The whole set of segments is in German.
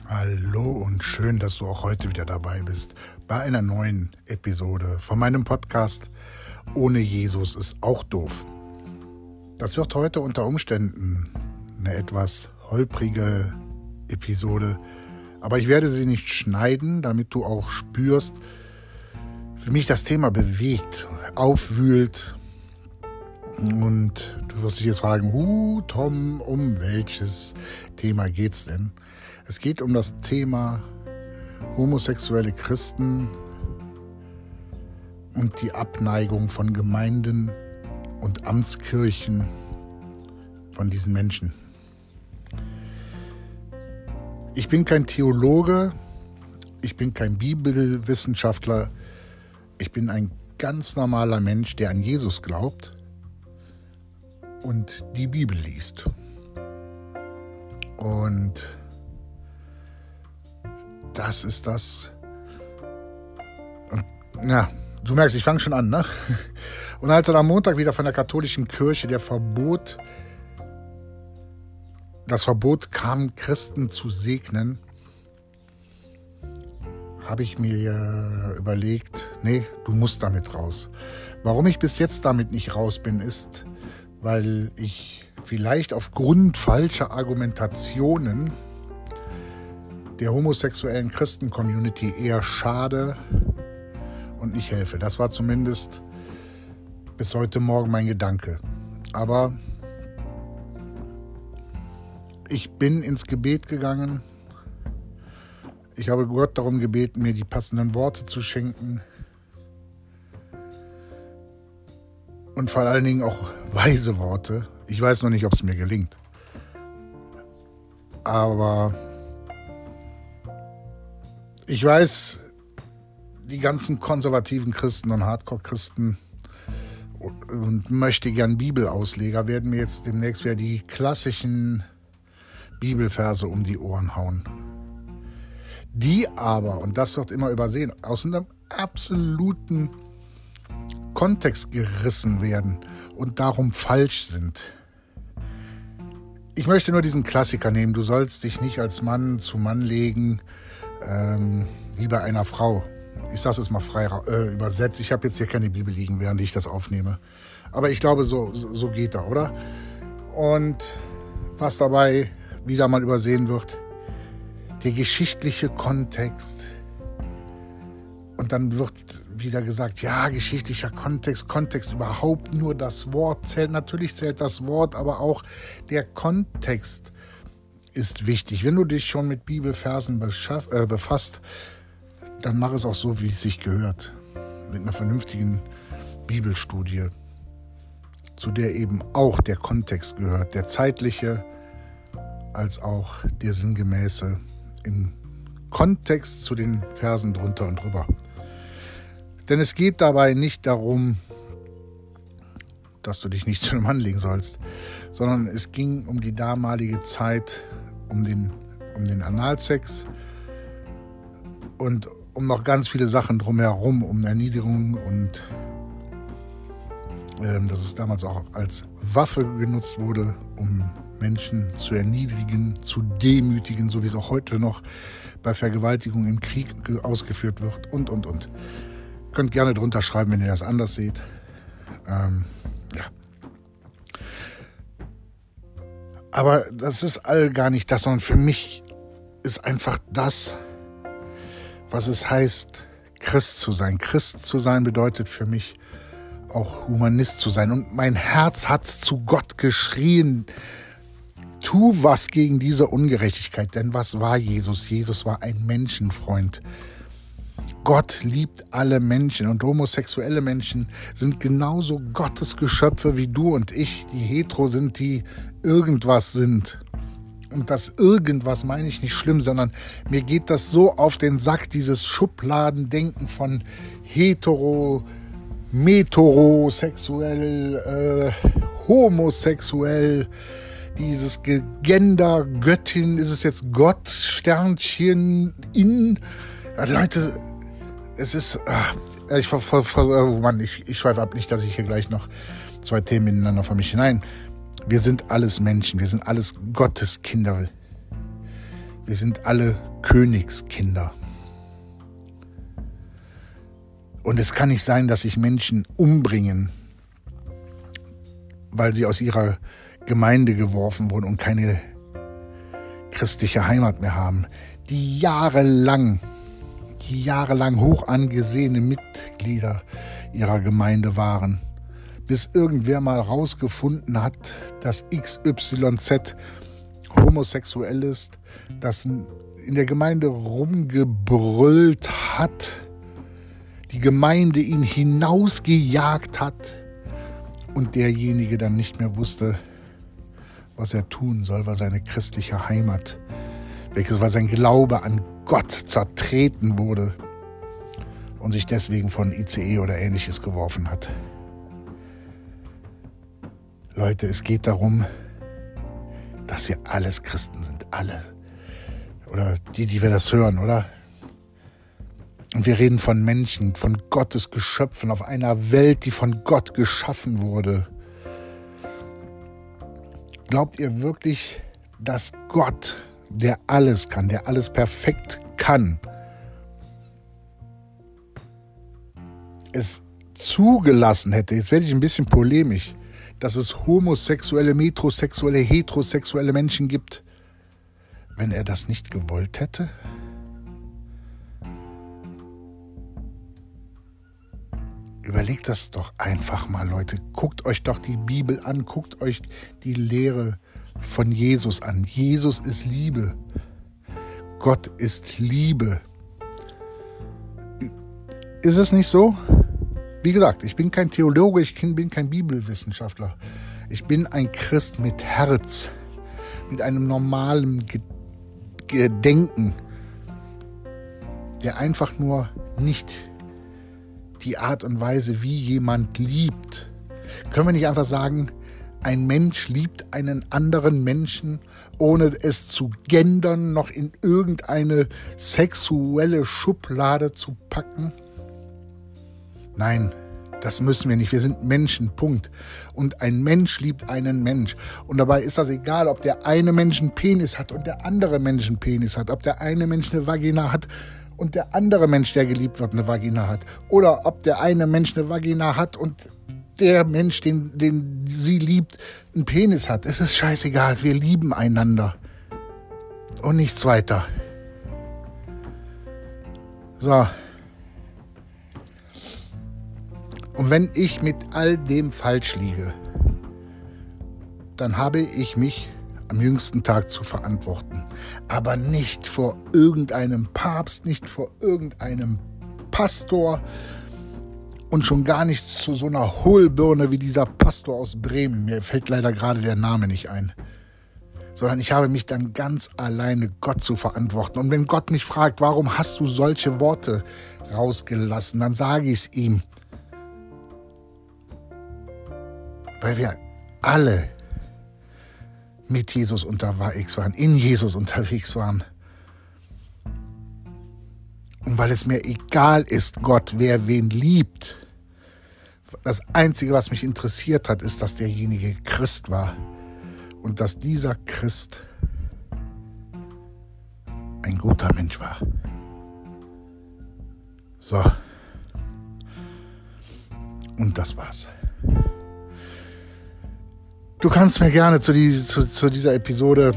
Hallo und schön, dass du auch heute wieder dabei bist bei einer neuen Episode von meinem Podcast Ohne Jesus ist auch doof. Das wird heute unter Umständen eine etwas holprige Episode, aber ich werde sie nicht schneiden, damit du auch spürst, wie mich das Thema bewegt, aufwühlt. Und du wirst dich jetzt fragen, Tom, um welches Thema geht's denn? Es geht um das Thema homosexuelle Christen und die Abneigung von Gemeinden und Amtskirchen von diesen Menschen. Ich bin kein Theologe, ich bin kein Bibelwissenschaftler, ich bin ein ganz normaler Mensch, der an Jesus glaubt und die Bibel liest. Und das ist das. Und, ja, du merkst, ich fange schon an, ne? Und als dann am Montag wieder von der katholischen Kirche das Verbot kam, Christen zu segnen, habe ich mir überlegt, nee, du musst damit raus. Warum ich bis jetzt damit nicht raus bin, ist, weil ich vielleicht aufgrund falscher Argumentationen der homosexuellen Christen-Community eher schade und nicht helfe. Das war zumindest bis heute Morgen mein Gedanke. Aber ich bin ins Gebet gegangen. Ich habe Gott darum gebeten, mir die passenden Worte zu schenken. Und vor allen Dingen auch weise Worte. Ich weiß noch nicht, ob es mir gelingt. Aber ich weiß, die ganzen konservativen Christen und Hardcore-Christen und möchte gern Bibelausleger werden mir jetzt demnächst wieder die klassischen Bibelverse um die Ohren hauen. Die aber, und das wird immer übersehen, aus einem absoluten Kontext gerissen werden und darum falsch sind. Ich möchte nur diesen Klassiker nehmen, du sollst dich nicht als Mann zu Mann legen, wie bei einer Frau. Ich sage es mal frei übersetzt. Ich habe jetzt hier keine Bibel liegen, während ich das aufnehme. Aber ich glaube, so geht er, oder? Und was dabei wieder mal übersehen wird, der geschichtliche Kontext. Und dann wird wieder gesagt, ja, geschichtlicher Kontext überhaupt nur das Wort zählt. Natürlich zählt das Wort, aber auch der Kontext ist wichtig. Wenn du dich schon mit Bibelversen befasst, dann mach es auch so, wie es sich gehört. Mit einer vernünftigen Bibelstudie, zu der eben auch der Kontext gehört, der zeitliche als auch der sinngemäße im Kontext zu den Versen drunter und drüber. Denn es geht dabei nicht darum, dass du dich nicht zu einem Mann legen sollst, sondern es ging um die damalige Zeit, um den Analsex und um noch ganz viele Sachen drumherum, um Erniedrigung und dass es damals auch als Waffe genutzt wurde, um Menschen zu erniedrigen, zu demütigen, so wie es auch heute noch bei Vergewaltigung im Krieg ausgeführt wird und. Könnt gerne drunter schreiben, wenn ihr das anders seht. Ja. Aber das ist all gar nicht das, sondern für mich ist einfach das, was es heißt, Christ zu sein. Christ zu sein bedeutet für mich auch Humanist zu sein. Und mein Herz hat zu Gott geschrien, tu was gegen diese Ungerechtigkeit. Denn was war Jesus? Jesus war ein Menschenfreund. Gott liebt alle Menschen und homosexuelle Menschen sind genauso Gottes Geschöpfe wie du und ich, die hetero sind, die irgendwas sind. Und das irgendwas meine ich nicht schlimm, sondern mir geht das so auf den Sack, dieses Schubladendenken von hetero, metrosexuell, homosexuell, dieses Gender, Göttin, ist es jetzt Gott, Sternchen, Leute, es ist, ich schweife ab, nicht, dass ich hier gleich noch zwei Themen miteinander vermische. Nein, wir sind alles Menschen, wir sind alles Gottes Kinder. Wir sind alle Königskinder. Und es kann nicht sein, dass sich Menschen umbringen, weil sie aus ihrer Gemeinde geworfen wurden und keine christliche Heimat mehr haben. Die jahrelang hoch angesehene Mitglieder ihrer Gemeinde waren, bis irgendwer mal rausgefunden hat, dass XYZ homosexuell ist, das in der Gemeinde rumgebrüllt hat, die Gemeinde ihn hinausgejagt hat und derjenige dann nicht mehr wusste, was er tun soll, weil seine christliche Heimat, weil sein Glaube an Gott zertreten wurde und sich deswegen von ICE oder Ähnliches geworfen hat. Leute, es geht darum, dass wir alles Christen sind, alle. Oder die wir das hören, oder? Und wir reden von Menschen, von Gottes Geschöpfen auf einer Welt, die von Gott geschaffen wurde. Glaubt ihr wirklich, dass Gott, der alles kann, der alles perfekt kann, es zugelassen hätte, jetzt werde ich ein bisschen polemisch, dass es homosexuelle, metrosexuelle, heterosexuelle Menschen gibt, wenn er das nicht gewollt hätte? Überlegt das doch einfach mal, Leute. Guckt euch doch die Bibel an, guckt euch die Lehre von Jesus an. Jesus ist Liebe. Gott ist Liebe. Ist es nicht so? Wie gesagt, ich bin kein Theologe, ich bin kein Bibelwissenschaftler. Ich bin ein Christ mit Herz, mit einem normalen Gedenken, der einfach nur nicht die Art und Weise, wie jemand liebt. Können wir nicht einfach sagen, ein Mensch liebt einen anderen Menschen, ohne es zu gendern, noch in irgendeine sexuelle Schublade zu packen? Nein, das müssen wir nicht. Wir sind Menschen, Punkt. Und ein Mensch liebt einen Mensch. Und dabei ist das egal, ob der eine Mensch einen Penis hat und der andere Mensch einen Penis hat, ob der eine Mensch eine Vagina hat und der andere Mensch, der geliebt wird, eine Vagina hat. Oder ob der eine Mensch eine Vagina hat und der Mensch, den sie liebt, einen Penis hat. Es ist scheißegal, wir lieben einander. Und nichts weiter. So. Und wenn ich mit all dem falsch liege, dann habe ich mich am jüngsten Tag zu verantworten. Aber nicht vor irgendeinem Papst, nicht vor irgendeinem Pastor und schon gar nicht zu so einer Hohlbirne wie dieser Pastor aus Bremen. Mir fällt leider gerade der Name nicht ein. Sondern ich habe mich dann ganz alleine Gott zu verantworten. Und wenn Gott mich fragt, warum hast du solche Worte rausgelassen, dann sage ich es ihm. Weil wir alle mit Jesus unterwegs waren, in Jesus unterwegs waren. Und weil es mir egal ist, Gott, wer wen liebt. Das Einzige, was mich interessiert hat, ist, dass derjenige Christ war. Und dass dieser Christ ein guter Mensch war. So. Und das war's. Du kannst mir gerne zu dieser Episode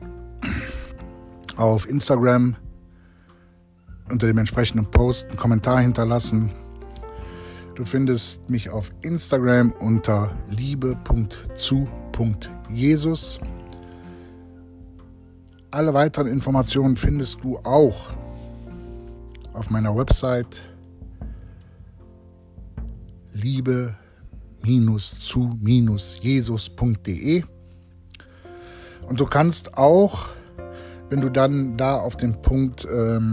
auf Instagram unter dem entsprechenden Post einen Kommentar hinterlassen. Du findest mich auf Instagram unter liebe.zu.jesus. Alle weiteren Informationen findest du auch auf meiner Website liebe-zu-jesus.de. Und du kannst auch, wenn du dann da auf den Punkt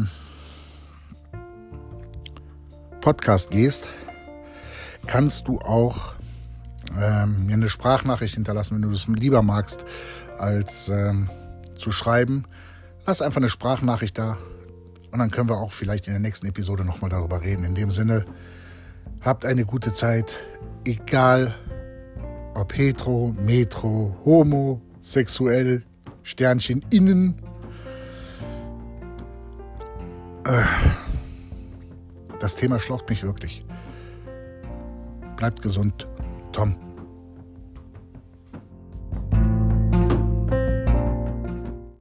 Podcast gehst, kannst du auch mir eine Sprachnachricht hinterlassen, wenn du das lieber magst, als zu schreiben. Lass einfach eine Sprachnachricht da und dann können wir auch vielleicht in der nächsten Episode nochmal darüber reden. In dem Sinne, habt eine gute Zeit, egal ob hetero, metro, homo, sexuell, Sternchen innen. Das Thema schlaucht mich wirklich. Bleibt gesund, Tom.